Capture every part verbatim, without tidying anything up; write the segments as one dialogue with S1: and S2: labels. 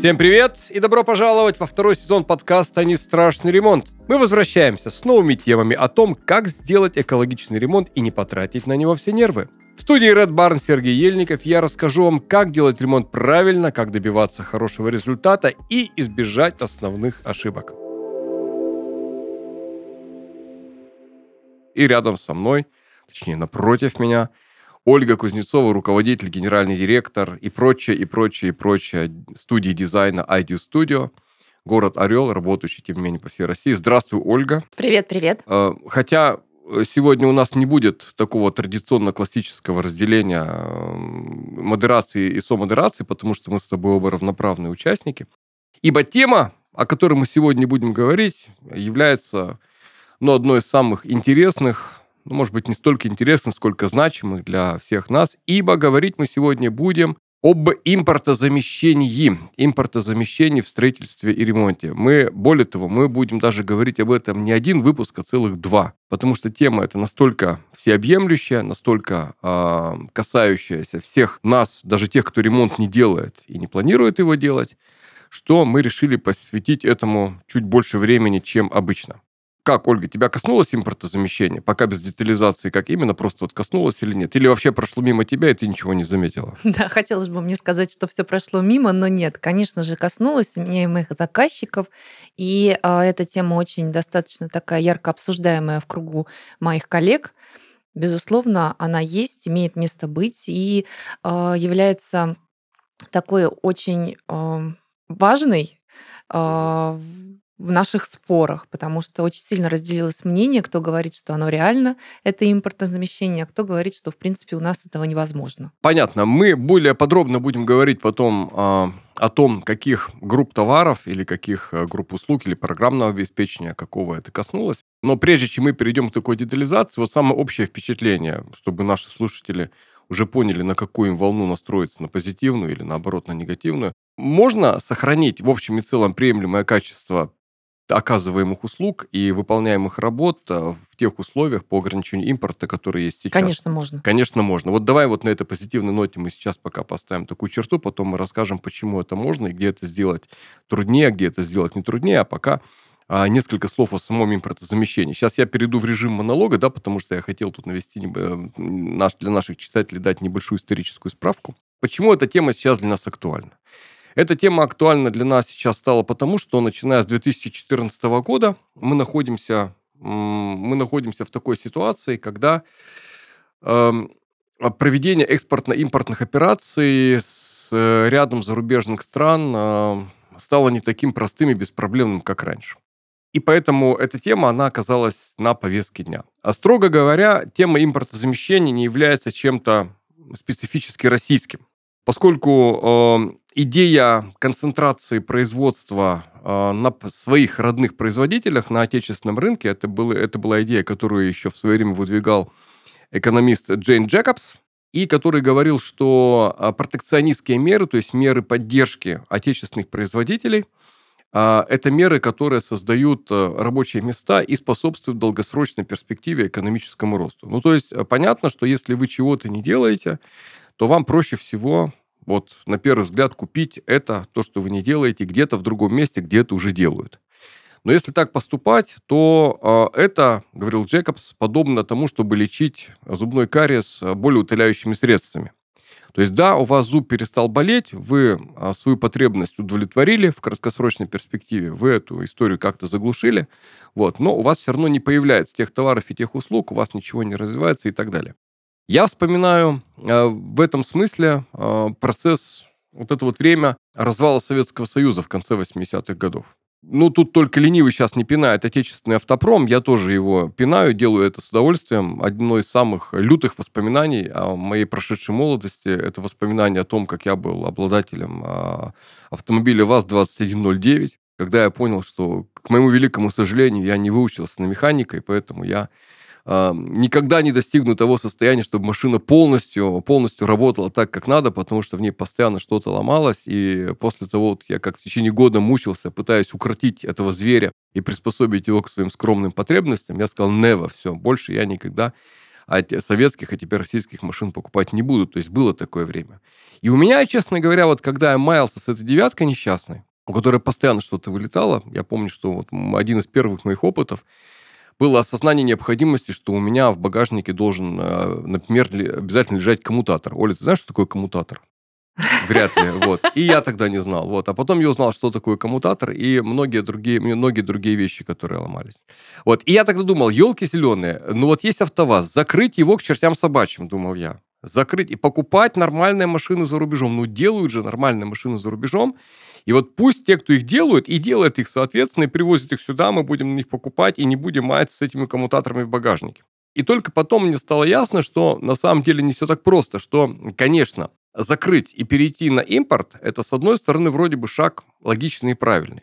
S1: Всем привет и добро пожаловать во второй сезон подкаста «Не страшный ремонт». Мы возвращаемся с новыми темами о том, как сделать экологичный ремонт и не потратить на него все нервы. В студии Red Barn Сергей Ельников. Я расскажу вам, как делать ремонт правильно, как добиваться хорошего результата и избежать основных ошибок. И рядом со мной, точнее напротив меня, Ольга Кузнецова, руководитель, генеральный директор и прочее, и прочее, и прочее студии дизайна ай ди Studio, город Орел, работающий, тем не менее, по всей России. Здравствуй, Ольга.
S2: Привет, привет.
S1: Хотя сегодня у нас не будет такого традиционно-классического разделения модерации и со-модерации, потому что мы с тобой оба равноправные участники. Ибо тема, о которой мы сегодня будем говорить, является ну, одной из самых интересных, ну, может быть, не столько интересных, сколько значимых для всех нас, ибо говорить мы сегодня будем об импортозамещении. Импортозамещении в строительстве и ремонте. Мы, более того, мы будем даже говорить об этом не один выпуск, а целых два. Потому что тема эта настолько всеобъемлющая, настолько э, касающаяся всех нас, даже тех, кто ремонт не делает и не планирует его делать, что мы решили посвятить этому чуть больше времени, чем обычно. Как, Ольга, тебя коснулось импортозамещения? Пока без детализации, как именно, просто вот коснулось или нет? Или вообще прошло мимо тебя, и ты ничего не заметила?
S2: Да, хотелось бы мне сказать, что все прошло мимо, но нет, конечно же, коснулось меня и моих заказчиков, и э, эта тема очень достаточно такая ярко обсуждаемая в кругу моих коллег. Безусловно, она есть, имеет место быть и э, является такой очень э, важной э, в наших спорах, потому что очень сильно разделилось мнение, кто говорит, что оно реально, это импортозамещение, а кто говорит, что, в принципе, у нас этого невозможно.
S1: Понятно. Мы более подробно будем говорить потом э, о том, каких групп товаров или каких групп услуг или программного обеспечения, какого это коснулось. Но прежде чем мы перейдем к такой детализации, вот самое общее впечатление, чтобы наши слушатели уже поняли, на какую им волну настроиться, на позитивную или, наоборот, на негативную. Можно сохранить в общем и целом приемлемое качество оказываемых услуг и выполняемых работ в тех условиях по ограничению импорта, которые есть сейчас?
S2: Конечно, можно.
S1: Конечно, можно. Вот давай вот на этой позитивной ноте мы сейчас пока поставим такую черту, потом мы расскажем, почему это можно и где это сделать труднее, где это сделать не труднее, а пока а, несколько слов о самом импортозамещении. Сейчас я перейду в режим монолога, да, потому что я хотел тут навести наш, для наших читателей дать небольшую историческую справку. Почему эта тема сейчас для нас актуальна? Эта тема актуальна для нас сейчас стала потому, что начиная с две тысячи четырнадцатого года мы находимся, мы находимся в такой ситуации, когда э, проведение экспортно-импортных операций с рядом зарубежных стран э, стало не таким простым и беспроблемным, как раньше. И поэтому эта тема, она оказалась на повестке дня. А строго говоря, тема импортозамещения не является чем-то специфически российским. Поскольку э, идея концентрации производства э, на своих родных производителях на отечественном рынке, это, было, это была идея, которую еще в свое время выдвигал экономист Джейн Джекобс, и который говорил, что э, протекционистские меры, то есть меры поддержки отечественных производителей, э, это меры, которые создают э, рабочие места и способствуют в долгосрочной перспективе экономическому росту. Ну, то есть э, понятно, что если вы чего-то не делаете, то вам проще всего, вот, на первый взгляд, купить это, то, что вы не делаете, где-то в другом месте, где это уже делают. Но если так поступать, то э, это, говорил Джекобс, подобно тому, чтобы лечить зубной кариес более утоляющими средствами. То есть, да, у вас зуб перестал болеть, вы э, свою потребность удовлетворили в краткосрочной перспективе, вы эту историю как-то заглушили, вот, но у вас все равно не появляется тех товаров и тех услуг, у вас ничего не развивается и так далее. Я вспоминаю э, в этом смысле э, процесс, вот это вот время развала Советского Союза в конце восьмидесятых годов. Ну, тут только ленивый сейчас не пинает отечественный автопром, я тоже его пинаю, делаю это с удовольствием. Одно из самых лютых воспоминаний о моей прошедшей молодости – это воспоминание о том, как я был обладателем э, автомобиля ВАЗ двадцать один ноль девять, когда я понял, что, к моему великому сожалению, я не выучился на механика, и поэтому я никогда не достигну того состояния, чтобы машина полностью, полностью работала так, как надо, потому что в ней постоянно что-то ломалось, и после того, вот я как в течение года мучился, пытаясь укротить этого зверя и приспособить его к своим скромным потребностям, я сказал, never, все, больше я никогда а те советских, а теперь российских машин покупать не будут. То есть было такое время. И у меня, честно говоря, вот когда я маялся с этой девяткой несчастной, у которой постоянно что-то вылетало, я помню, что вот м, один из первых моих опытов было осознание необходимости, что у меня в багажнике должен, э, например, ли- обязательно лежать коммутатор. Оля, ты знаешь, что такое коммутатор? Вряд ли, вот. И я тогда не знал, вот. А потом я узнал, что такое коммутатор и многие другие, многие другие вещи, которые ломались. Вот. И я тогда думал, елки зеленые, ну вот есть АвтоВАЗ, закрыть его к чертям собачьим, думал я. Закрыть и покупать нормальные машины за рубежом. Ну, делают же нормальные машины за рубежом. И вот пусть те, кто их делают, и делают их, соответственно, и привозят их сюда, мы будем на них покупать и не будем маяться с этими коммутаторами в багажнике. И только потом мне стало ясно, что на самом деле не все так просто, что, конечно, закрыть и перейти на импорт, это, с одной стороны, вроде бы шаг логичный и правильный.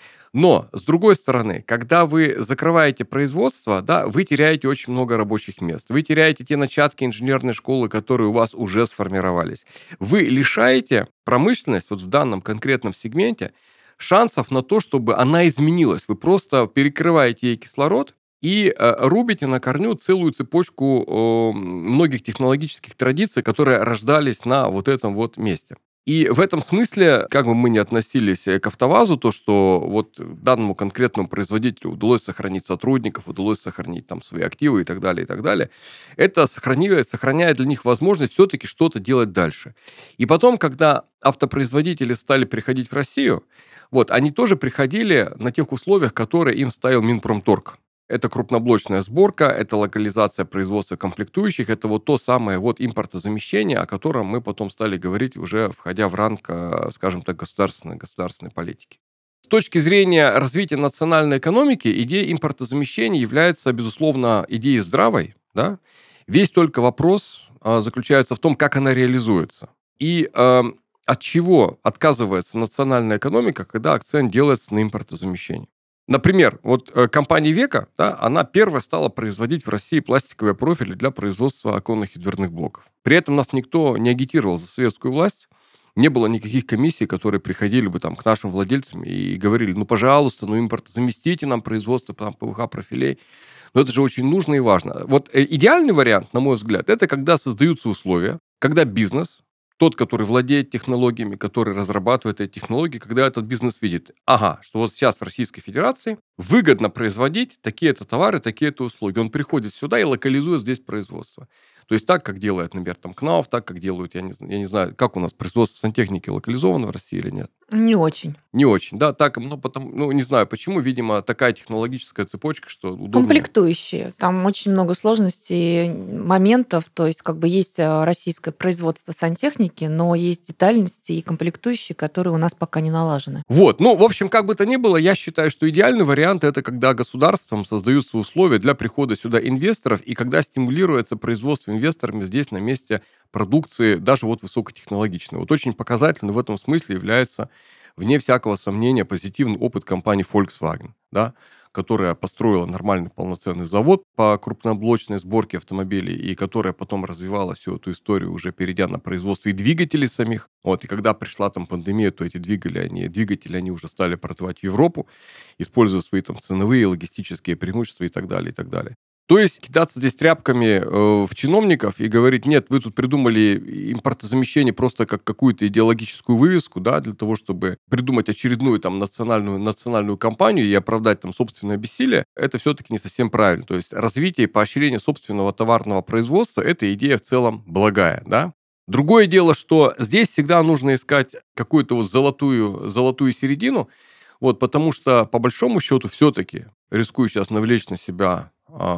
S1: Но, с другой стороны, когда вы закрываете производство, да, вы теряете очень много рабочих мест. Вы теряете те начатки инженерной школы, которые у вас уже сформировались. Вы лишаете промышленность, вот в данном конкретном сегменте, шансов на то, чтобы она изменилась. Вы просто перекрываете ей кислород и э, рубите на корню целую цепочку э, многих технологических традиций, которые рождались на вот этом вот месте. И в этом смысле, как бы мы ни относились э, к АвтоВАЗу, то, что вот данному конкретному производителю удалось сохранить сотрудников, удалось сохранить там свои активы и так далее, и так далее, это сохраняет, сохраняет для них возможность все-таки что-то делать дальше. И потом, когда автопроизводители стали приходить в Россию, вот, они тоже приходили на тех условиях, которые им ставил Минпромторг. Это крупноблочная сборка, это локализация производства комплектующих, это вот то самое вот импортозамещение, о котором мы потом стали говорить, уже входя в ранг, э, скажем так, государственной, государственной политики. С точки зрения развития национальной экономики, идея импортозамещения является, безусловно, идеей здравой. Да? Весь только вопрос э, заключается в том, как она реализуется. И э, от чего отказывается национальная экономика, когда акцент делается на импортозамещении. Например, вот э, компания Века, да, она первая стала производить в России пластиковые профили для производства оконных и дверных блоков. При этом нас никто не агитировал за советскую власть, не было никаких комиссий, которые приходили бы там к нашим владельцам и говорили, ну, пожалуйста, ну, импорт, заместите нам производство там, ПВХ-профилей. Но это же очень нужно и важно. Вот э, идеальный вариант, на мой взгляд, это когда создаются условия, когда бизнес, тот, который владеет технологиями, который разрабатывает эти технологии, когда этот бизнес видит, ага, что вот сейчас в Российской Федерации выгодно производить такие-то товары, такие-то услуги. Он приходит сюда и локализует здесь производство. То есть так, как делает, например, там КНАУФ, так, как делают, я не, зн- я не знаю, как у нас производство сантехники локализовано в России или нет?
S2: Не очень.
S1: Не очень, да, так, ну, потому, ну, не знаю почему, видимо, такая технологическая цепочка, что удобнее.
S2: Комплектующие. Там очень много сложностей, моментов. То есть как бы есть э, российское производство сантехники, но есть детальности и комплектующие, которые у нас пока не налажены.
S1: Вот, ну, в общем, как бы то ни было, я считаю, что идеальный вариант это когда государством создаются условия для прихода сюда инвесторов и когда стимулируется производство инвесторами здесь на месте продукции, даже вот высокотехнологичной. Вот очень показательно в этом смысле является, вне всякого сомнения, позитивный опыт компании Volkswagen, да, которая построила нормальный полноценный завод по крупноблочной сборке автомобилей и которая потом развивала всю эту историю, уже перейдя на производство и двигателей самих. Вот, и когда пришла там пандемия, то эти двигатели, они, двигатели, они уже стали продавать в Европу, используя свои там ценовые, логистические преимущества и так далее, и так далее. То есть кидаться здесь тряпками э, в чиновников и говорить, нет, вы тут придумали импортозамещение просто как какую-то идеологическую вывеску, да, для того, чтобы придумать очередную там национальную, национальную кампанию и оправдать там собственное бессилие, это все-таки не совсем правильно. То есть развитие и поощрение собственного товарного производства – это идея в целом благая, да. Другое дело, что здесь всегда нужно искать какую-то вот золотую, золотую середину, вот, потому что, по большому счету, все-таки, рискую сейчас навлечь на себя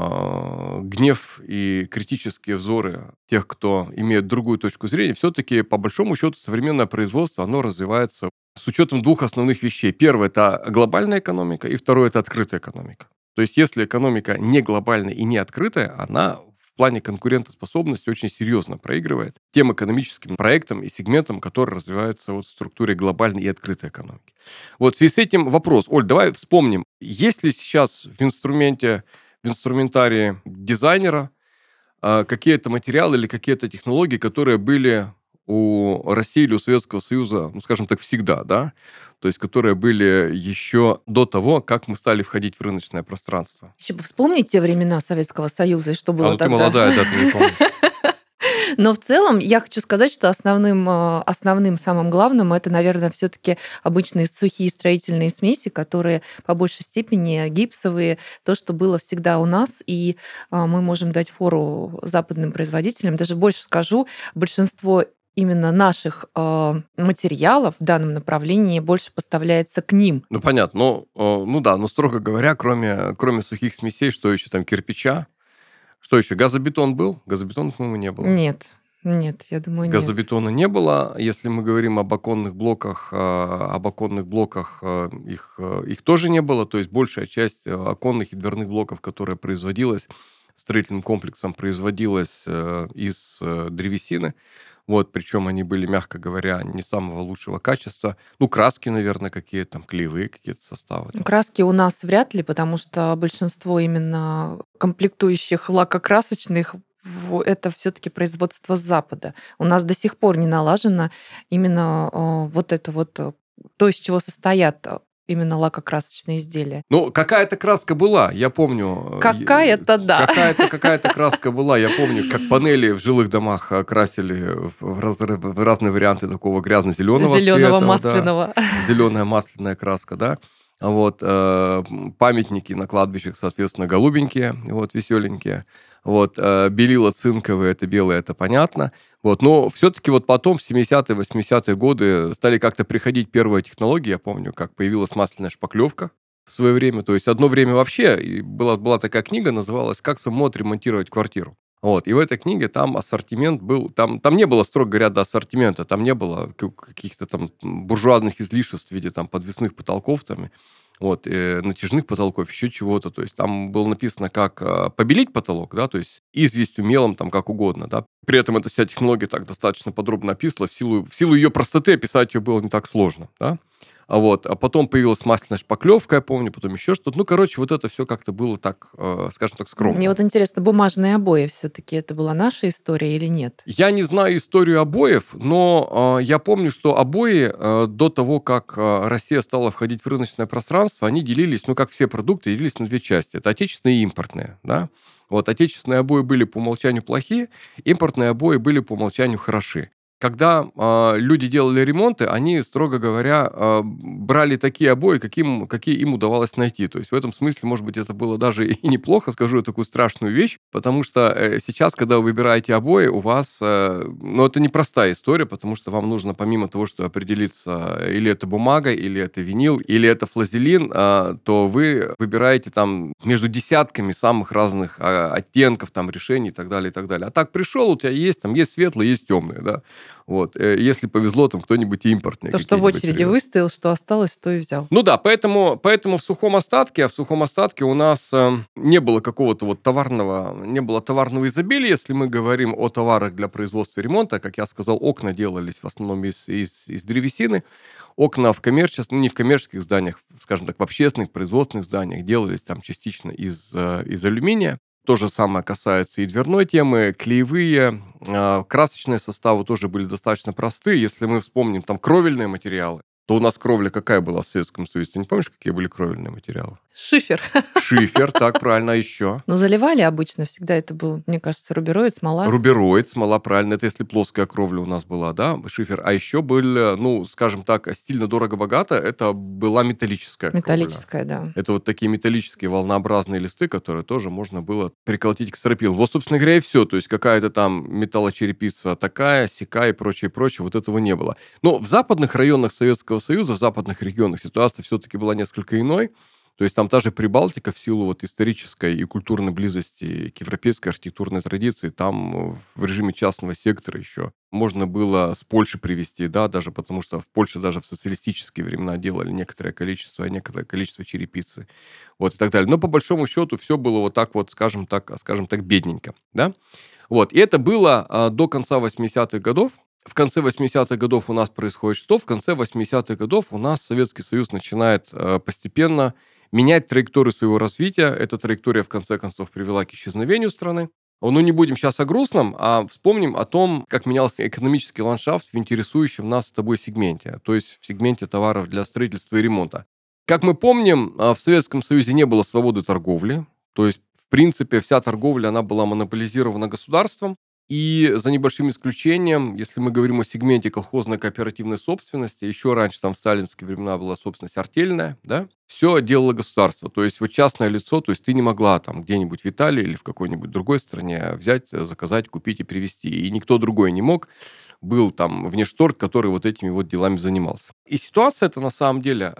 S1: а, гнев и критические взоры тех, кто имеет другую точку зрения, все-таки, по большому счету, современное производство, оно развивается с учетом двух основных вещей. Первое – это глобальная экономика, и второе – это открытая экономика. То есть, если экономика не глобальная и не открытая, она в плане конкурентоспособности очень серьезно проигрывает тем экономическим проектам и сегментам, которые развиваются вот в структуре глобальной и открытой экономики. Вот в связи с этим вопрос. Оль, давай вспомним, есть ли сейчас в инструменте, в инструментарии дизайнера а, какие-то материалы или какие-то технологии, которые были у России или у Советского Союза, ну, скажем так, всегда, да, то есть которые были еще до того, как мы стали входить в рыночное пространство.
S2: Еще бы вспомнить те времена Советского Союза и что
S1: А,
S2: было
S1: ну ты
S2: тогда.
S1: молодая, да, ты не помнишь.
S2: Но в целом я хочу сказать, что основным, э, основным самым главным это, наверное, все-таки обычные сухие строительные смеси, которые по большей степени гипсовые, то, что было всегда у нас, и а, мы можем дать фору западным производителям. Даже больше скажу, большинство именно наших э, материалов в данном направлении больше поставляется к ним.
S1: Ну, понятно. Ну, э, ну да, но строго говоря, кроме, кроме сухих смесей, что еще там, кирпича, что еще? Газобетон был? Газобетона, по-моему, не было.
S2: Нет, нет, я думаю, нет.
S1: Газобетона не было. Если мы говорим об оконных блоках, э, об оконных блоках э, их, э, их тоже не было. То есть большая часть э, оконных и дверных блоков, которая производилась строительным комплексом, производилась э, из э, древесины. Вот, причем они были, мягко говоря, не самого лучшего качества. Ну, краски, наверное, какие-то там, клеевые какие-то составы.
S2: Ну, краски у нас вряд ли, потому что большинство именно комплектующих лакокрасочных в- это все-таки производство с Запада. У нас до сих пор не налажено именно э, вот это вот э, то, из чего состоят э, именно лакокрасочные изделия.
S1: Ну, какая-то краска была, я помню. э,
S2: Какая-то,
S1: е-
S2: да.
S1: Какая-то, какая-то краска была. Я помню, как панели в жилых домах э, красили в, раз- в разные варианты такого грязно-зеленого
S2: Зеленого
S1: цвета. Да,
S2: масляного.
S1: зеленая масляная краска, да. А Вот, э, памятники на кладбищах, соответственно, голубенькие, вот, веселенькие. Вот, э, белила цинковые, это белое, это понятно. Вот, но все-таки вот потом в семидесятые, восьмидесятые годы стали как-то приходить первые технологии. Я помню, как появилась масляная шпаклевка в свое время. То есть одно время вообще и была, была такая книга, называлась «Как самому отремонтировать квартиру». Вот, и в этой книге там ассортимент был, там, там не было, строго говоря, до ассортимента, там не было к- каких-то там буржуазных излишеств в виде там подвесных потолков, там, вот, э, натяжных потолков, еще чего-то. То есть там было написано, как э, побелить потолок, да, то есть известью, мелом, там, как угодно, да. При этом эта вся технология так достаточно подробно описана, в силу, в силу ее простоты описать ее было не так сложно, да. А вот, а потом появилась масляная шпаклевка, я помню, потом еще что-то. Ну, короче, вот это все как-то было так, э, скажем так,
S2: Мне
S1: скромно.
S2: вот интересно, бумажные обои все-таки это была наша история или нет?
S1: Я не знаю историю обоев, но э, я помню, что обои э, до того, как э, Россия стала входить в рыночное пространство, они делились, ну, как все продукты, делились на две части. Это отечественные и импортные, да. Вот отечественные обои были по умолчанию плохие, импортные обои были по умолчанию хороши. Когда э, люди делали ремонты, они, строго говоря, э, брали такие обои, каким, какие им удавалось найти. То есть в этом смысле, может быть, это было даже и неплохо, скажу я такую страшную вещь, потому что э, сейчас, когда вы выбираете обои, у вас, э, ну, это непростая история, потому что вам нужно, помимо того, что определиться, э, или это бумага, или это винил, или это флазелин, э, то вы выбираете там между десятками самых разных э, оттенков, там, решений и так далее, и так далее. А так пришел, у тебя есть, там, есть светлые, есть темные, да. Вот. э, Если повезло, там кто-нибудь импортный.
S2: То, что в
S1: какие-нибудь
S2: очереди
S1: привез.
S2: выстоял, что осталось, то и взял.
S1: Ну да, поэтому, поэтому в сухом остатке, а в сухом остатке у нас э, не было какого-то вот товарного, не было товарного изобилия, если мы говорим о товарах для производства и ремонта. Как я сказал, окна делались в основном из, из, из древесины. Окна в коммерческих, ну не в коммерческих зданиях, скажем так, в общественных производственных зданиях делались там частично из, э, из алюминия. То же самое касается и дверной темы, клеевые, э, красочные составы тоже были достаточно простые. Если мы вспомним там кровельные материалы, то у нас кровля какая была в Советском Союзе? Ты не помнишь, какие были кровельные материалы?
S2: Шифер.
S1: Шифер, так, правильно, а еще?
S2: Но заливали обычно всегда это был, мне кажется, рубероид, смола.
S1: Рубероид, смола, правильно, это если плоская кровля у нас была, да, шифер. А еще были, ну, скажем так, стильно, дорого-богато, это была металлическая кровля.
S2: Металлическая, да.
S1: Это вот такие металлические волнообразные листы, которые тоже можно было приколотить к стропилам. Вот, собственно говоря, и все. То есть какая-то там металлочерепица такая, сякая и прочее, прочее. Вот этого не было. Но в западных районах Советского Союза, в западных регионах ситуация все-таки была несколько иной. То есть там та же Прибалтика в силу вот исторической и культурной близости к европейской архитектурной традиции, там в режиме частного сектора еще можно было с Польши привезти, да, даже потому что в Польше даже в социалистические времена делали некоторое количество, некоторое количество черепицы, вот и так далее. Но по большому счету все было вот так вот, скажем так, скажем так, бедненько, да. Вот, и это было а, до конца восьмидесятых годов. В конце восьмидесятых годов у нас происходит что? В конце восьмидесятых годов у нас Советский Союз начинает а, постепенно менять траекторию своего развития. Эта траектория, в конце концов, привела к исчезновению страны. Ну, не будем сейчас о грустном, а вспомним о том, как менялся экономический ландшафт в интересующем нас с тобой сегменте, то есть в сегменте товаров для строительства и ремонта. Как мы помним, в Советском Союзе не было свободы торговли, то есть, в принципе, вся торговля, она была монополизирована государством, и за небольшим исключением, если мы говорим о сегменте колхозно-кооперативной собственности, еще раньше там в сталинские времена была собственность артельная, да, все делало государство. То есть вот частное лицо, то есть ты не могла там где-нибудь в Италии или в какой-нибудь другой стране взять, заказать, купить и привезти. И никто другой не мог. Был там внешторг, который вот этими вот делами занимался. И ситуация эта на самом деле,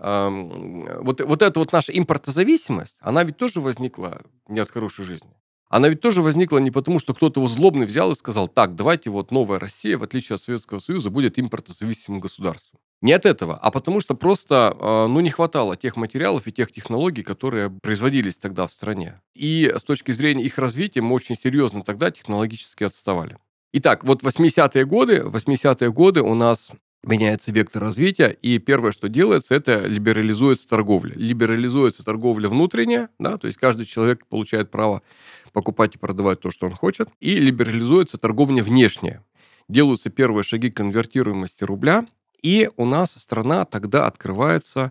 S1: эм, вот, вот эта вот наша импортозависимость, она ведь тоже возникла не от хорошей жизни. Она ведь тоже возникла не потому, что кто-то его злобный взял и сказал: так, давайте вот новая Россия, в отличие от Советского Союза, будет импортозависимым государством. Не от этого, а потому что просто э, ну, не хватало тех материалов и тех технологий, которые производились тогда в стране. И с точки зрения их развития мы очень серьезно тогда технологически отставали. Итак, вот восьмидесятые годы, восьмидесятые годы у нас меняется вектор развития, и первое, что делается, это либерализуется торговля. Либерализуется торговля внутренняя, да, то есть каждый человек получает право покупать и продавать то, что он хочет, и либерализуется торговля внешняя. Делаются первые шаги конвертируемости рубля, и у нас страна тогда открывается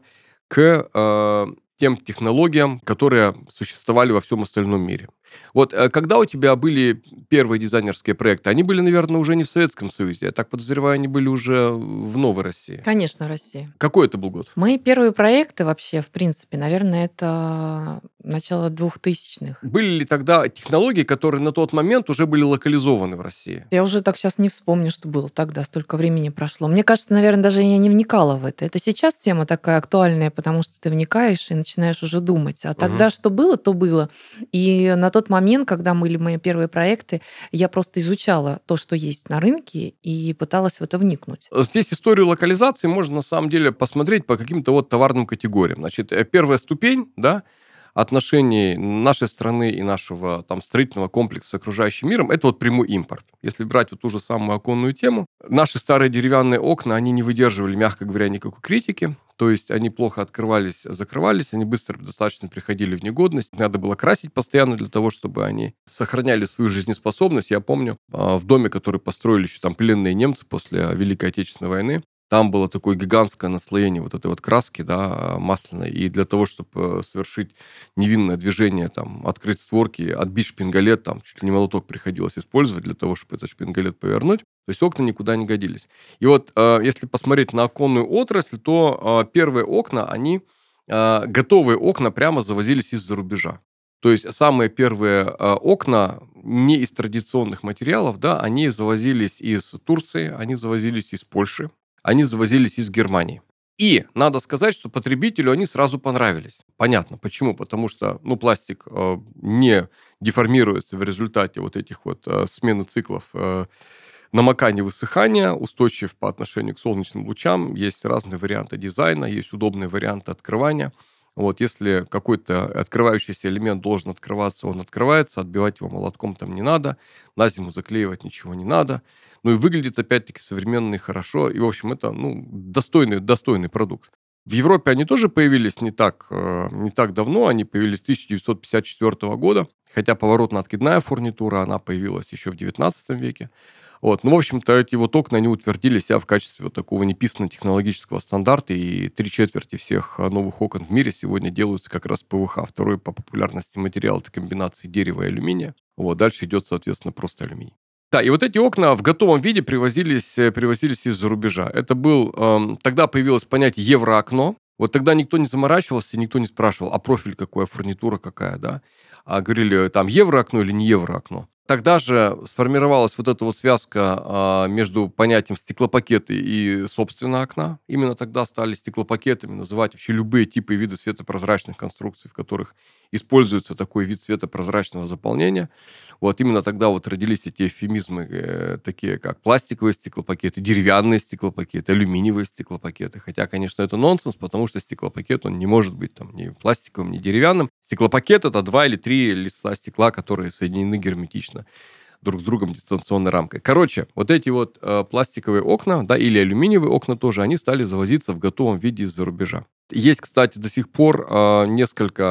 S1: к э, тем технологиям, которые существовали во всем остальном мире. Вот э, когда у тебя были первые дизайнерские проекты, они были, наверное, уже не в Советском Союзе. Я так подозреваю, они были уже в новой России.
S2: Конечно, Россия.
S1: Какой это был год?
S2: Мои первые проекты вообще, в принципе, наверное, это начало двухтысячных.
S1: Были ли тогда технологии, которые на тот момент уже были локализованы в России?
S2: Я уже так сейчас не вспомню, что было тогда, столько времени прошло. Мне кажется, наверное, даже я не вникала в это. Это сейчас тема такая актуальная, потому что ты вникаешь и начинаешь уже думать. А тогда
S1: Мгм.
S2: что было, то было. И на тот момент, когда были мои первые проекты, я просто изучала то, что есть на рынке, и пыталась в это вникнуть.
S1: Здесь историю локализации можно на самом деле посмотреть по каким-то вот товарным категориям. Значит, э, первая ступень, да, отношений нашей страны и нашего там строительного комплекса с окружающим миром, это вот прямой импорт. Если брать вот ту же самую оконную тему, наши старые деревянные окна, они не выдерживали, мягко говоря, никакой критики. То есть они плохо открывались, закрывались, они быстро достаточно приходили в негодность. Надо было красить постоянно для того, чтобы они сохраняли свою жизнеспособность. Я помню, а, в доме, который построили еще там пленные немцы после Великой Отечественной войны, там было такое гигантское наслоение вот этой вот краски, да, масляной. И для того, чтобы совершить невинное движение, там, открыть створки, отбить шпингалет, там, чуть ли не молоток приходилось использовать для того, чтобы этот шпингалет повернуть. То есть окна никуда не годились. И вот э, если посмотреть на оконную отрасль, то э, первые окна, они, э, готовые окна прямо завозились из-за рубежа. То есть самые первые э, окна не из традиционных материалов, да, они завозились из Турции, они завозились из Польши, они завозились из Германии. И надо сказать, что потребителю они сразу понравились. Понятно, почему? Потому что, ну, пластик э, не деформируется в результате вот этих вот э, смены циклов э, намокания, высыхания, устойчив по отношению к солнечным лучам. Есть разные варианты дизайна, есть удобные варианты открывания. Вот, если какой-то открывающийся элемент должен открываться, он открывается, отбивать его молотком там не надо, на зиму заклеивать ничего не надо. Ну и выглядит опять-таки современно и хорошо. И, в общем, это ну, достойный, достойный продукт. В Европе они тоже появились не так, э, не так давно, они появились с тысяча девятьсот пятьдесят четвёртого года, хотя поворотно-откидная фурнитура, она появилась еще в девятнадцатом веке. Вот. Ну, в общем-то, эти вот окна, они утвердили себя в качестве вот такого неписанного технологического стандарта, и три четверти всех новых окон в мире сегодня делаются как раз ПВХ. Второй по популярности материал — это комбинации дерева и алюминия. Вот. Дальше идет, соответственно, просто алюминий. Да, и вот эти окна в готовом виде привозились, привозились из-за рубежа. Это был... Эм, тогда появилось понятие евроокно. Вот тогда никто не заморачивался, никто не спрашивал, а профиль какой, а фурнитура какая, да? А говорили, там, евроокно или не евроокно. Тогда же сформировалась вот эта вот связка а, между понятием стеклопакеты и, собственно, окна. Именно тогда стали стеклопакетами называть вообще любые типы и виды светопрозрачных конструкций, в которых используется такой вид светопрозрачного заполнения. Вот именно тогда вот родились эти эвфемизмы, э, такие как пластиковые стеклопакеты, деревянные стеклопакеты, алюминиевые стеклопакеты. Хотя, конечно, это нонсенс, потому что стеклопакет, он не может быть там ни пластиковым, ни деревянным. Стеклопакет — это два или три листа стекла, которые соединены герметично друг с другом дистанционной рамкой. Короче, вот эти вот э, пластиковые окна, да, или алюминиевые окна тоже, они стали завозиться в готовом виде из-за рубежа. Есть, кстати, до сих пор э, несколько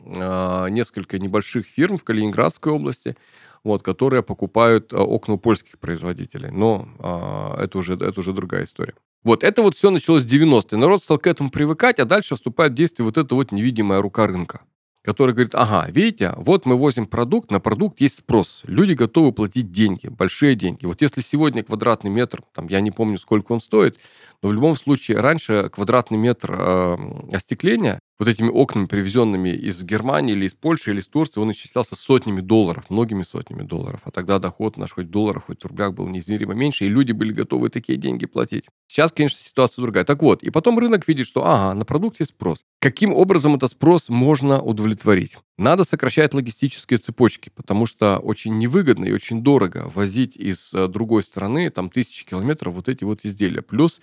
S1: а, несколько небольших фирм в Калининградской области, вот, которые покупают а, окна у польских производителей. Но а, это уже, это уже другая история. Вот, это вот все началось в девяностые. Народ стал к этому привыкать, а дальше вступает в действие вот эта вот невидимая рука рынка, который говорит, ага, видите, вот мы возим продукт, на продукт есть спрос. Люди готовы платить деньги, большие деньги. Вот если сегодня квадратный метр, там, я не помню, сколько он стоит, но в любом случае раньше квадратный метр э, остекления вот этими окнами, привезенными из Германии или из Польши или из Турции, он исчислялся сотнями долларов, многими сотнями долларов. А тогда доход наш хоть в долларах, хоть в рублях был неизмеримо меньше, и люди были готовы такие деньги платить. Сейчас, конечно, ситуация другая. Так вот, и потом рынок видит, что, ага, на продукт есть спрос. Каким образом этот спрос можно удовлетворить? Надо сокращать логистические цепочки, потому что очень невыгодно и очень дорого возить из э, другой страны, там, тысячи километров вот эти вот изделия. Плюс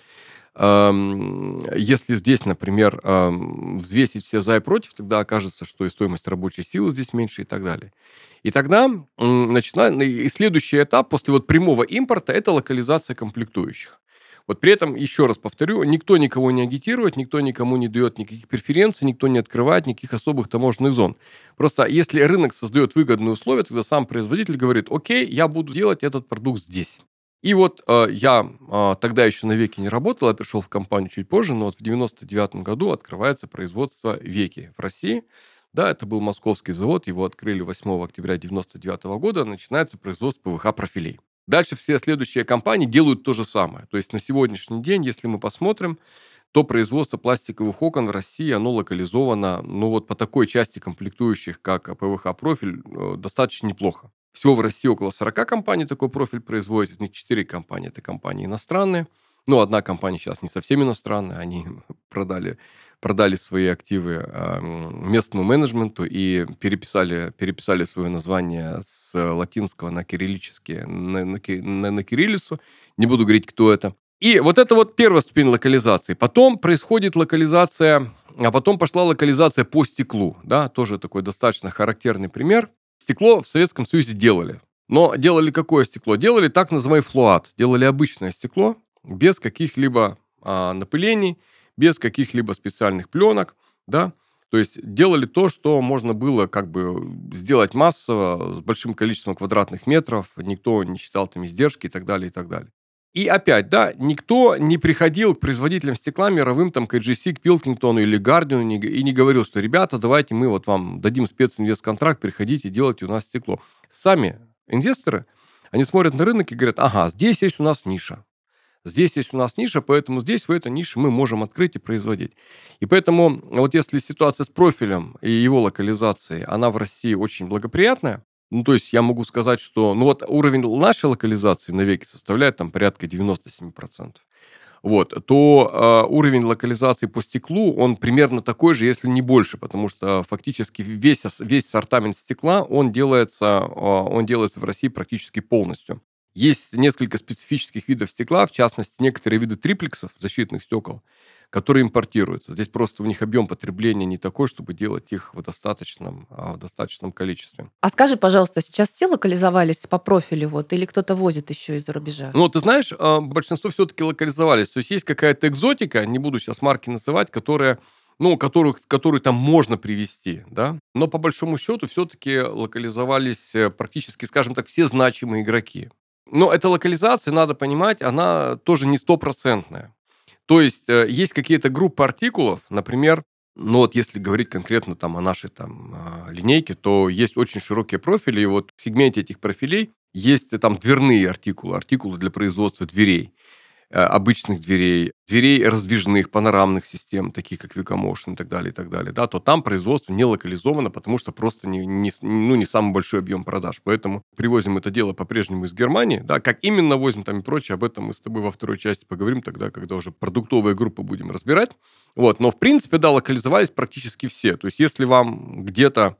S1: Эм, если здесь, например, эм, взвесить все за и против, тогда окажется, что и стоимость рабочей силы здесь меньше и так далее. И тогда м, начина- и следующий этап после вот прямого импорта – это локализация комплектующих. Вот при этом, еще раз повторю, никто никого не агитирует, никто никому не дает никаких преференций, никто не открывает никаких особых таможенных зон. Просто если рынок создает выгодные условия, тогда сам производитель говорит, окей, я буду делать этот продукт здесь. И вот э, я э, тогда еще на Веке не работал, я пришел в компанию чуть позже, но вот в девяносто девятом году открывается производство Веки в России. Да, это был московский завод, его открыли восьмого октября девяносто девятого года, начинается производство ПВХ-профилей. Дальше все следующие компании делают то же самое. То есть на сегодняшний день, если мы посмотрим, то производство пластиковых окон в России, оно локализовано, ну вот по такой части комплектующих, как ПВХ-профиль, э, достаточно неплохо. Всего в России около сорок компаний такой профиль производит, из них четыре компании, это компании иностранные. Ну, одна компания сейчас не совсем иностранная, они продали, продали свои активы э, местному менеджменту и переписали, переписали свое название с латинского на кириллический, на, на, ки- на- на кириллицу. Не буду говорить, кто это. И вот это вот первая ступень локализации. Потом происходит локализация, а потом пошла локализация по стеклу, да, тоже такой достаточно характерный пример. Стекло в Советском Союзе делали. Но делали какое стекло? Делали так называемый флуат. Делали обычное стекло без каких-либо а, напылений, без каких-либо специальных пленок, да. То есть делали то, что можно было как бы сделать массово, с большим количеством квадратных метров, никто не считал там издержки и так далее, и так далее. И опять, да, никто не приходил к производителям стекла мировым, там, к эй джи си, к Пилкингтону или Гардину не- и не говорил, что, ребята, давайте мы вот вам дадим специнвестконтракт, приходите, делайте у нас стекло. Сами инвесторы, они смотрят на рынок и говорят, ага, здесь есть у нас ниша. Здесь есть у нас ниша, поэтому здесь в этой нише мы можем открыть и производить. И поэтому вот если ситуация с профилем и его локализацией, она в России очень благоприятная, ну, то есть я могу сказать, что ну, вот уровень нашей локализации на Веке составляет там порядка девяносто семь процентов. Вот, то э, уровень локализации по стеклу, он примерно такой же, если не больше, потому что фактически весь, ос- весь сортамент стекла, он делается, э, он делается в России практически полностью. Есть несколько специфических видов стекла, в частности, некоторые виды триплексов, защитных стекол, которые импортируются. Здесь просто у них объем потребления не такой, чтобы делать их в достаточном, а, в достаточном количестве.
S2: А скажи, пожалуйста, сейчас все локализовались по профилю, вот, или кто-то возит еще из-за рубежа?
S1: Ну, ты знаешь, а, большинство все-таки локализовались. То есть есть какая-то экзотика, не буду сейчас марки называть, которая, ну, которую, которую там можно привести, да. Но по большому счету все-таки локализовались э, практически, скажем так, все значимые игроки. Но эта локализация, надо понимать, она тоже не стопроцентная. То есть э, есть какие-то группы артикулов, например, ну вот если говорить конкретно там о нашей там а, линейке, то есть очень широкие профили, и вот в сегменте этих профилей есть э, там дверные артикулы, артикулы для производства дверей, э, обычных дверей, дверей раздвижных, панорамных систем, таких как Vicomotion и так далее, и так далее, да, то там производство не локализовано, потому что просто не, не, с- ну, не самый большой объем продаж. Поэтому привозим это дело по-прежнему из Германии, да, как именно возим там и прочее, об этом мы с тобой во второй части поговорим тогда, когда уже продуктовые группы будем разбирать. Вот, но в принципе, да, локализовались практически все. То есть если вам где-то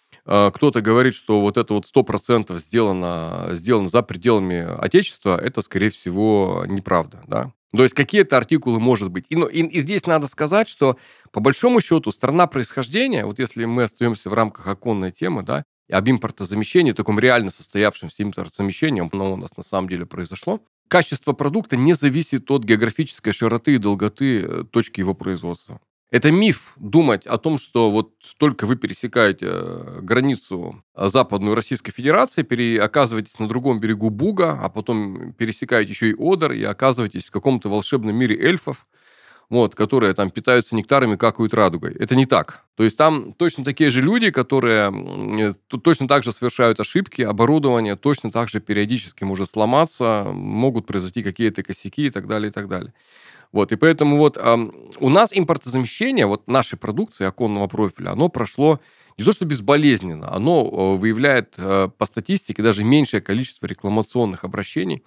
S1: э, кто-то говорит, что вот это вот сто процентов сделано, сделано за пределами Отечества, это, скорее всего, неправда, да. То есть какие-то артикулы, может быть. И, ну, и, и здесь надо сказать, что по большому счету страна происхождения, вот если мы остаемся в рамках оконной темы, да, и об импортозамещении, таком реально состоявшемся импортозамещении, оно у нас на самом деле произошло, качество продукта не зависит от географической широты и долготы э, точки его производства. Это миф думать о том, что вот только вы пересекаете э, границу э, Западную Российской Федерации, пере- оказываетесь на другом берегу Буга, а потом пересекаете еще и Одер и оказываетесь в каком-то волшебном мире эльфов, вот, которые там питаются нектарами, какают радугой. Это не так. То есть там точно такие же люди, которые м, э, т- точно так же совершают ошибки, оборудование точно так же периодически может сломаться, могут произойти какие-то косяки и так далее, и так далее. Вот, и поэтому вот ам, у нас импортозамещение вот нашей продукции оконного профиля, оно прошло не то что безболезненно, оно э, выявляет э, по статистике даже меньшее количество рекламационных обращений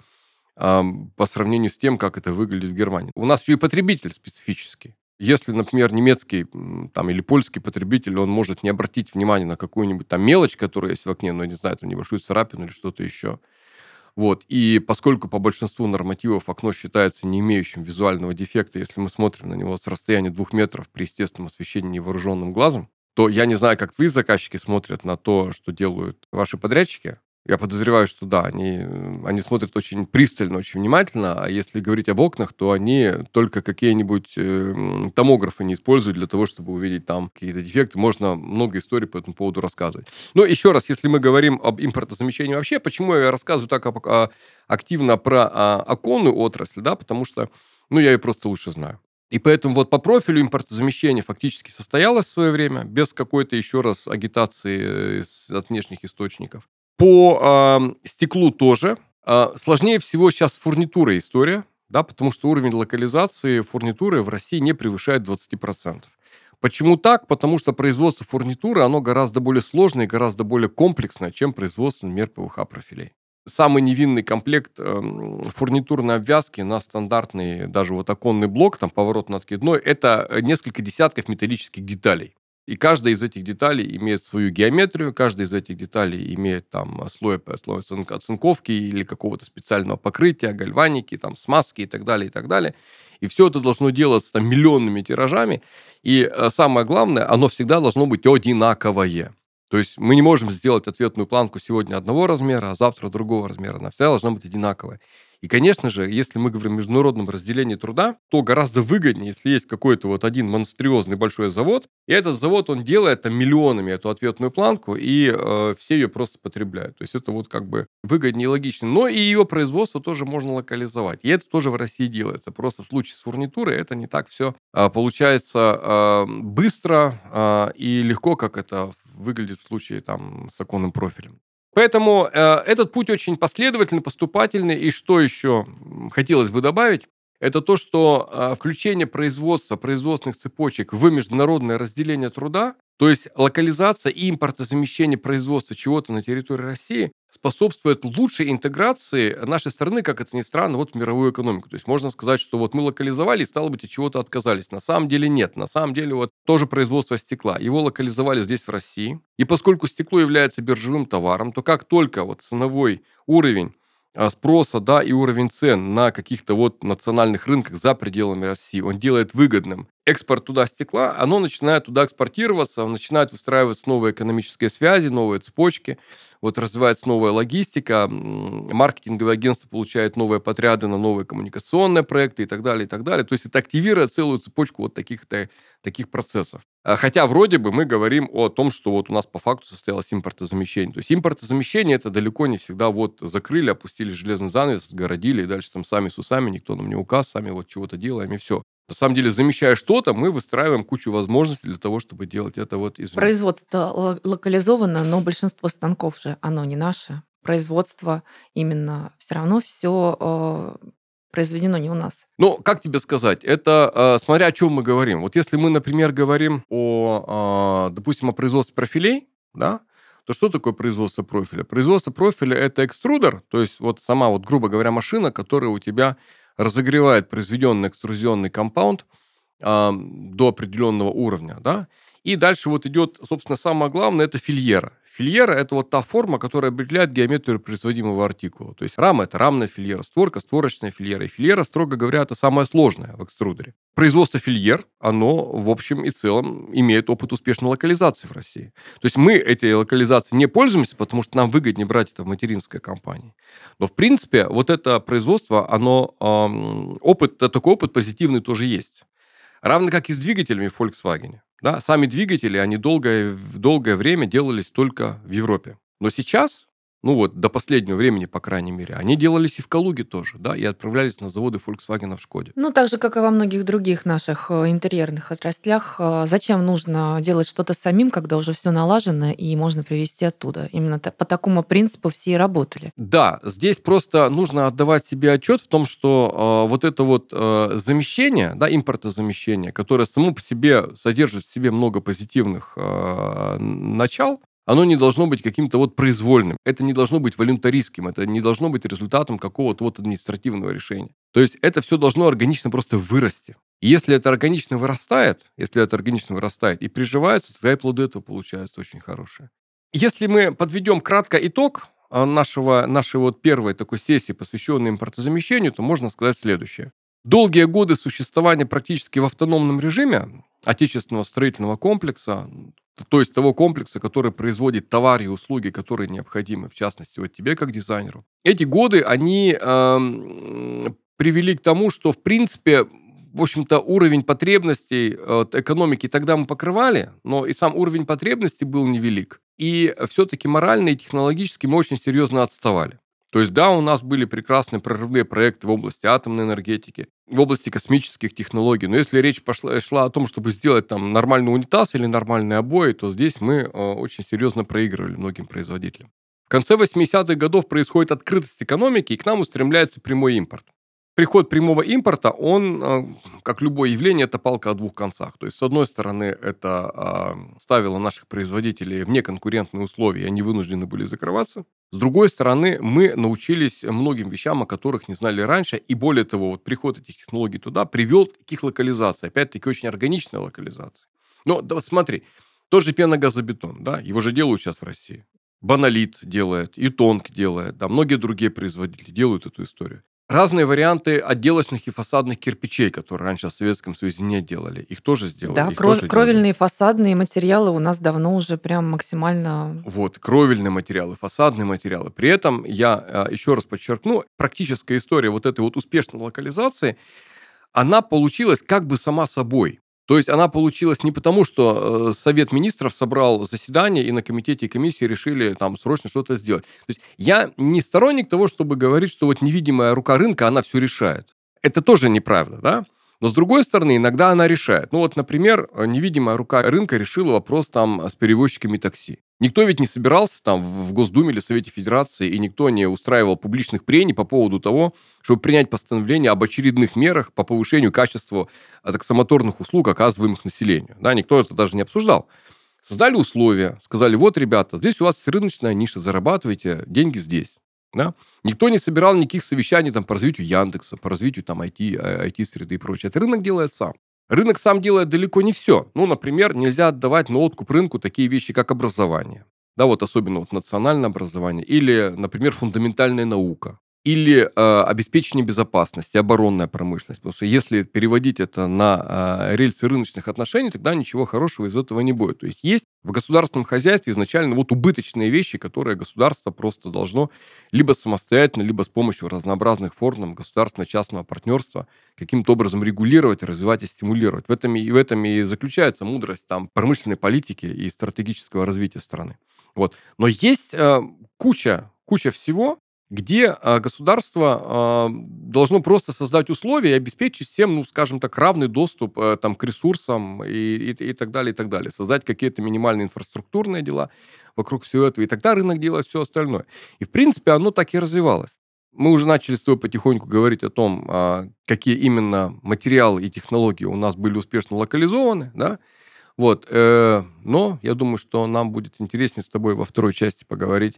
S1: ам, по сравнению с тем, как это выглядит в Германии. У нас еще и потребитель специфический. Если, например, немецкий м, там, или польский потребитель, он может не обратить внимания на какую-нибудь там мелочь, которая есть в окне, ну, я не знаю, там небольшую царапину или что-то еще. Вот. И поскольку по большинству нормативов окно считается не имеющим визуального дефекта, если мы смотрим на него с расстояния двух метров при естественном освещении невооруженным глазом, то я не знаю, как вы, заказчики, смотрят на то, что делают ваши подрядчики. Я подозреваю, что да, они, э, они смотрят очень пристально, очень внимательно, а если говорить об окнах, то они только какие-нибудь э, м, томографы не используют для того, чтобы увидеть там какие-то дефекты. Можно много историй по этому поводу рассказывать. Но еще раз, если мы говорим об импортозамещении вообще, почему я рассказываю так об- а, активно про а, оконную отрасль, да, потому что, ну, я ее просто лучше знаю. И поэтому вот по профилю импортозамещение фактически состоялось в свое время, без какой-то еще раз агитации э, с- от внешних источников. По ам, стеклу тоже. А, сложнее всего сейчас с фурнитурой история, да, потому что уровень локализации фурнитуры в России не превышает двадцать процентов. Почему так? Потому что производство фурнитуры, оно гораздо более сложное и гораздо более комплексное, чем производство, например, ПВХ-профилей. Самый невинный комплект эм, фурнитурной обвязки на стандартный, даже вот оконный блок, там поворотно-откидной, это э, несколько десятков металлических деталей. И каждая из этих деталей имеет свою геометрию, каждая из этих деталей имеет там слой, по- слой оцинк- оцинковки или какого-то специального покрытия, гальваники, там смазки и так далее, и так далее. И все это должно делаться там миллионными тиражами. И э, самое главное, оно всегда должно быть одинаковое. То есть мы не можем сделать ответную планку сегодня одного размера, а завтра другого размера. Она всегда должна быть одинаковая. И, конечно же, если мы говорим о международном разделении труда, то гораздо выгоднее, если есть какой-то вот один монструозный большой завод, и этот завод, он делает там миллионами эту ответную планку, и э, все ее просто потребляют. То есть это вот как бы выгоднее и логично. Но и ее производство тоже можно локализовать. И это тоже в России делается. Просто в случае с фурнитурой это не так все а, получается а, быстро а, и легко, как это выглядит в случае там с оконным профилем. Поэтому э, этот путь очень последовательный, поступательный. И что еще м, хотелось бы добавить, это то, что э, включение производства, производственных цепочек в международное разделение труда, то есть локализация и импортозамещение производства чего-то на территории России, способствует лучшей интеграции нашей страны, как это ни странно, вот в мировую экономику. То есть можно сказать, что вот мы локализовали и, стало быть, от чего-то отказались. На самом деле нет. На самом деле вот тоже производство стекла. Его локализовали здесь, в России. И поскольку стекло является биржевым товаром, то как только вот ценовой уровень а, спроса, да, и уровень цен на каких-то вот национальных рынках за пределами России, он делает выгодным экспорт туда стекла, оно начинает туда экспортироваться, начинают выстраиваться новые экономические связи, новые цепочки, вот развивается новая логистика, м, маркетинговое агентство получает новые подряды на новые коммуникационные проекты и так далее, и так далее. То есть это активирует целую цепочку вот таких, та- таких процессов. А Хотя вроде бы мы говорим о том, что вот у нас по факту состоялось импортозамещение. То есть импортозамещение это далеко не всегда вот закрыли, опустили железный занавес, отгородили, и дальше там сами с усами, никто нам не указ, сами вот чего-то делаем, и все. На самом деле, замещая что-то, мы выстраиваем кучу возможностей для того, чтобы делать это вот извне.
S2: Производство ло- локализовано, но большинство станков же, оно не наше. Производство именно все равно все произведено не у нас.
S1: Ну, как тебе сказать, это э, смотря о чем мы говорим. Вот если мы, например, говорим о, э, допустим, о производстве профилей, да, то что такое производство профиля? Производство профиля– это экструдер, то есть вот сама, вот, грубо говоря, машина, которая у тебя разогревает произведенный экструзионный компаунд а, до определенного уровня, да, и дальше вот идет, собственно, самое главное, это фильера. Фильера– это вот та форма, которая определяет геометрию производимого артикула. То есть рама– это рамная фильера, створка– створочная фильера. И фильера, строго говоря, это самое сложное в экструдере. Производство фильер, оно, в общем и целом, имеет опыт успешной локализации в России. То есть мы этой локализацией не пользуемся, потому что нам выгоднее брать это в материнской компании. Но, в принципе, вот это производство, оно, эм, опыт, такой опыт позитивный тоже есть. Равно как и с двигателями в Volkswagen. Да? Сами двигатели, они долгое, долгое время делались только в Европе. Но сейчас, ну вот до последнего времени, по крайней мере, они делались и в Калуге тоже, да, и отправлялись на заводы Volkswagen в Шкоде.
S2: Ну, так же, как и во многих других наших э, интерьерных отраслях. Э, Зачем нужно делать что-то самим, когда уже все налажено и можно привезти оттуда? Именно та- по такому принципу все и работали.
S1: Да, здесь просто нужно отдавать себе отчет в том, что э, вот это вот э, замещение, да, импортозамещение, которое само по себе содержит в себе много позитивных э, начал, оно не должно быть каким-то вот произвольным. Это не должно быть волюнтаристским, это не должно быть результатом какого-то вот административного решения. То есть это все должно органично просто вырасти. И если это органично вырастает, если это органично вырастает и приживается, тогда и плоды этого получаются очень хорошие. Если мы подведем кратко итог а, нашего, нашей вот первой такой сессии, посвященной импортозамещению, то можно сказать следующее. Долгие годы существования практически в автономном режиме отечественного строительного комплекса, то есть того комплекса, который производит товары и услуги, которые необходимы, в частности, вот тебе как дизайнеру. Эти годы, они эм, привели к тому, что, в принципе, в общем-то, уровень потребностей от экономики тогда мы покрывали, но и сам уровень потребностей был невелик. И все-таки морально и технологически мы очень серьезно отставали. То есть, да, у нас были прекрасные прорывные проекты в области атомной энергетики, в области космических технологий. Но если речь пошла, шла о том, чтобы сделать там нормальный унитаз или нормальные обои, то здесь мы э, очень серьезно проигрывали многим производителям. В конце восьмидесятых годов происходит открытость экономики, и к нам устремляется прямой импорт. Приход прямого импорта, он, э, как любое явление, это палка о двух концах. То есть, с одной стороны, это э, ставило наших производителей в неконкурентные условия, и они вынуждены были закрываться. С другой стороны, мы научились многим вещам, о которых не знали раньше, и более того, вот приход этих технологий туда привел к их локализации, опять-таки очень органичной локализации. Но да, смотри, тот же пеногазобетон, да, его же делают сейчас в России. Баналит делает, Ютонг делает, да, многие другие производители делают эту историю. Разные варианты отделочных и фасадных кирпичей, которые раньше в Советском Союзе не делали, их тоже сделали,
S2: Да,
S1: их
S2: кро-
S1: тоже делали.
S2: кровельные фасадные материалы у нас давно уже прям максимально...
S1: Вот, кровельные материалы, фасадные материалы. При этом, я э, еще раз подчеркну, практическая история вот этой вот успешной локализации, она получилась как бы сама собой. То есть она получилась не потому, что э, Совет Министров собрал заседание, и на комитете и комиссии решили там срочно что-то сделать. То есть я не сторонник того, чтобы говорить, что вот невидимая рука рынка, она все решает. Это тоже неправда, да? Но, с другой стороны, иногда она решает. Ну вот, например, невидимая рука рынка решила вопрос там с перевозчиками такси. Никто ведь не собирался там в Госдуме или Совете Федерации, и никто не устраивал публичных прений по поводу того, чтобы принять постановление об очередных мерах по повышению качества таксомоторных услуг, оказываемых населению. Да, никто это даже не обсуждал. Создали условия, сказали, вот, ребята, здесь у вас рыночная ниша, зарабатывайте деньги здесь. Да? Никто не собирал никаких совещаний там, по развитию Яндекса, по развитию там, ай ти, ай ти-среды и прочее. Это рынок делает сам. Рынок сам делает далеко не все. Ну, например, нельзя отдавать на откуп рынку такие вещи, как образование. Да, вот особенно вот национальное образование. Или, например, фундаментальная наука. Или э, обеспечение безопасности, оборонная промышленность. Потому что если переводить это на э, рельсы рыночных отношений, тогда ничего хорошего из этого не будет. То есть есть в государственном хозяйстве изначально вот убыточные вещи, которые государство просто должно либо самостоятельно, либо с помощью разнообразных форм государственно-частного партнерства каким-то образом регулировать, развивать и стимулировать. В этом и, в этом и заключается мудрость там, промышленной политики и стратегического развития страны. Вот. Но есть э, куча, куча всего, где э, государство э, должно просто создать условия и обеспечить всем, ну, скажем так, равный доступ э, там, к ресурсам и, и, и так далее, и так далее. Создать какие-то минимальные инфраструктурные дела вокруг всего этого, и тогда рынок делает все остальное. И, в принципе, оно так и развивалось. Мы уже начали с тобой потихоньку говорить о том, э, какие именно материалы и технологии у нас были успешно локализованы, да, вот, э, но я думаю, что нам будет интереснее с тобой во второй части поговорить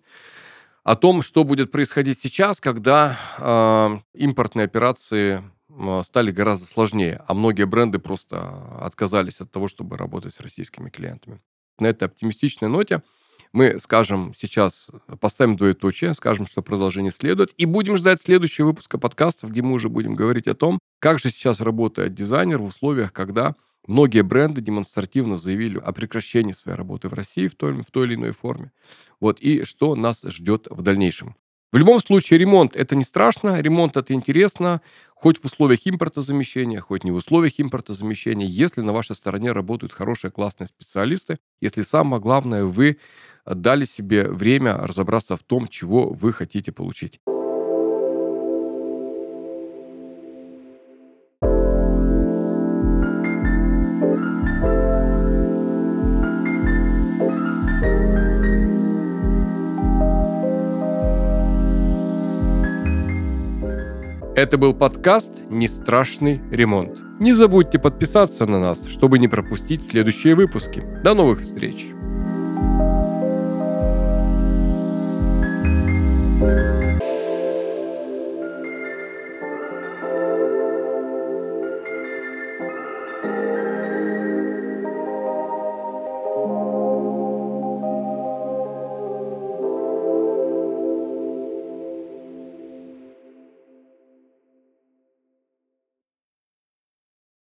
S1: о том, что будет происходить сейчас, когда э, импортные операции э, стали гораздо сложнее, а многие бренды просто отказались от того, чтобы работать с российскими клиентами. На этой оптимистичной ноте мы скажем сейчас, поставим двоеточие, скажем, что продолжение следует, и будем ждать следующего выпуска подкастов, где мы уже будем говорить о том, как же сейчас работает дизайнер в условиях, когда многие бренды демонстративно заявили о прекращении своей работы в России в той, в той или иной форме. Вот, и что нас ждет в дальнейшем. В любом случае, ремонт – это не страшно, ремонт – это интересно, хоть в условиях импортозамещения, хоть не в условиях импортозамещения, если на вашей стороне работают хорошие, классные специалисты, если самое главное, вы дали себе время разобраться в том, чего вы хотите получить. Это был подкаст «Не страшный ремонт». Не забудьте подписаться на нас, чтобы не пропустить следующие выпуски. До новых встреч!